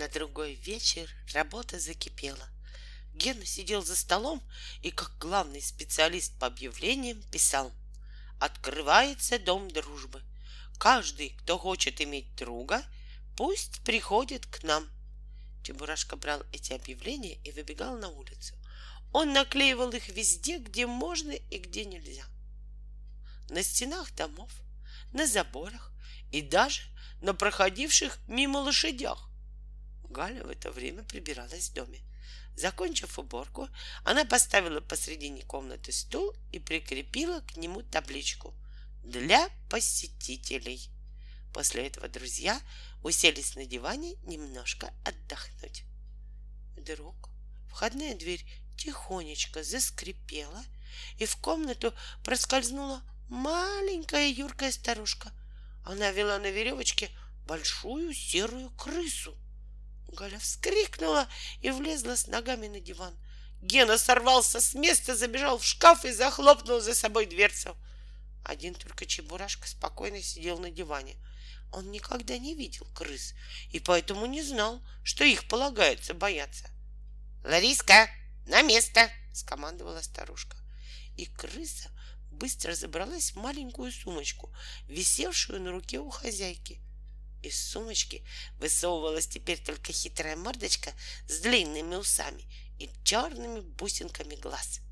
На другой вечер работа закипела. Гена сидел за столом и, как главный специалист по объявлениям, писал: «Открывается дом дружбы. Каждый, кто хочет иметь друга, пусть приходит к нам». Чебурашка брал эти объявления и выбегал на улицу. Он наклеивал их везде, где можно и где нельзя. На стенах домов, на заборах и даже на проходивших мимо лошадях. Галя в это время прибиралась в доме. Закончив уборку, она поставила посредине комнаты стул и прикрепила к нему табличку «Для посетителей». После этого друзья уселись на диване немножко отдохнуть. Вдруг входная дверь тихонечко заскрипела, и в комнату проскользнула маленькая юркая старушка. Она вела на веревочке большую серую крысу. Галя вскрикнула и влезла с ногами на диван. Гена сорвался с места, забежал в шкаф и захлопнул за собой дверцу. Один только Чебурашка спокойно сидел на диване. Он никогда не видел крыс и поэтому не знал, что их полагается бояться. «Лариска, на место!» — скомандовала старушка. И крыса быстро забралась в маленькую сумочку, висевшую на руке у хозяйки. Из сумочки высовывалась теперь только хитрая мордочка с длинными усами и черными бусинками глаз.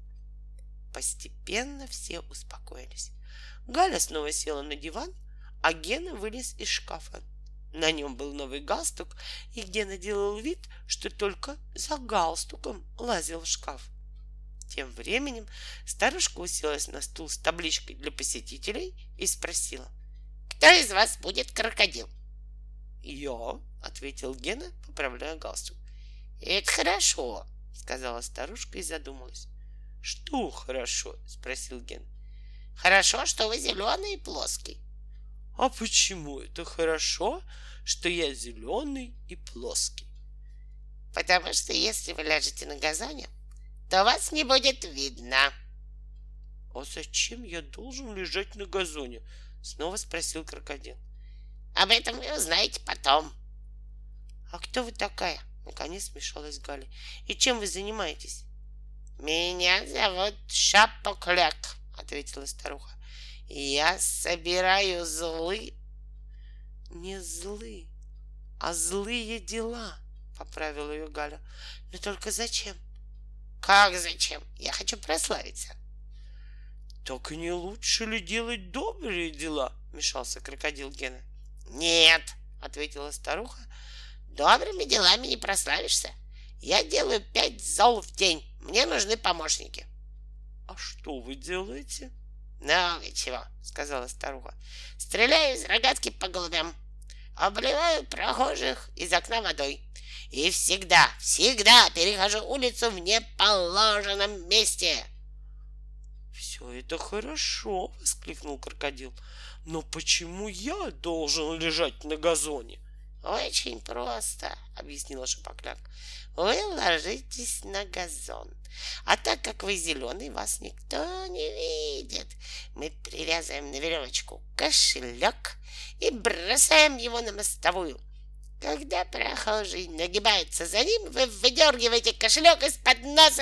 Постепенно все успокоились. Галя снова села на диван, а Гена вылез из шкафа. На нем был новый галстук, и Гена делал вид, что только за галстуком лазил в шкаф. Тем временем старушка уселась на стул с табличкой «Для посетителей» и спросила: «Кто из вас будет крокодил?» «Я», — ответил Гена, поправляя галстук. «Это хорошо», — сказала старушка и задумалась. «Что хорошо?» — спросил Ген. «Хорошо, что вы зеленый и плоский». «А почему это хорошо, что я зеленый и плоский?» «Потому что если вы ляжете на газоне, то вас не будет видно». «А зачем я должен лежать на газоне?» — снова спросил крокодил. «Об этом вы узнаете потом». «А кто вы такая?» — наконец смешалась Галя. «И чем вы занимаетесь?» «Меня зовут Шапокляк», — ответила старуха. «Я собираю злы». «Не злы, а злые дела», — поправила ее Галя. «Но только зачем?» «Как зачем? Я хочу прославиться». «Так не лучше ли делать добрые дела?» — вмешался крокодил Гена. «Нет», — ответила старуха, — «добрыми делами не прославишься. Я делаю 5 зол в день. Мне нужны помощники». «А что вы делаете?» «Много чего», — сказала старуха. «Стреляю из рогатки по голубям, обливаю прохожих из окна водой и всегда перехожу улицу в неположенном месте». «Все это хорошо», — воскликнул крокодил. «Но почему я должен лежать на газоне?» «Очень просто», — объяснила Шапокляк. «Вы ложитесь на газон, а так как вы зеленый, вас никто не видит. Мы привязываем на веревочку кошелек и бросаем его на мостовую. Когда прохожий нагибается за ним, вы выдергиваете кошелек из-под носа.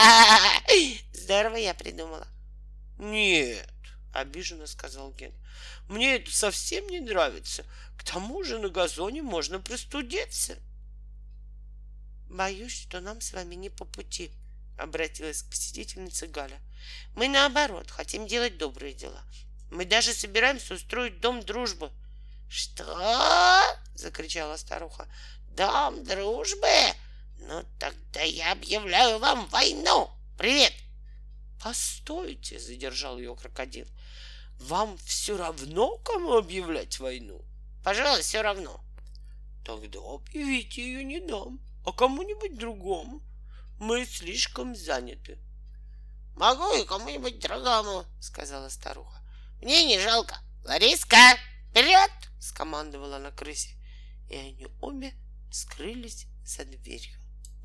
Здорово я придумала». «Нет», — обиженно сказал Ген, — «мне это совсем не нравится. К тому же на газоне можно простудиться». «Боюсь, что нам с вами не по пути», — обратилась к посетительнице Галя. «Мы, наоборот, хотим делать добрые дела. Мы даже собираемся устроить дом дружбы». «Что?» — закричала старуха. «Дом дружбы? Ну, тогда я объявляю вам войну. Привет!» «Постойте», — задержал ее крокодил. «Вам все равно, кому объявлять войну?» «Пожалуй, все равно». «Тогда объявите ее не нам, а кому-нибудь другому. Мы слишком заняты». «Могу и кому-нибудь другому», — сказала старуха. «Мне не жалко. Лариска, вперед!» — скомандовала она крысе, и они обе скрылись за дверью.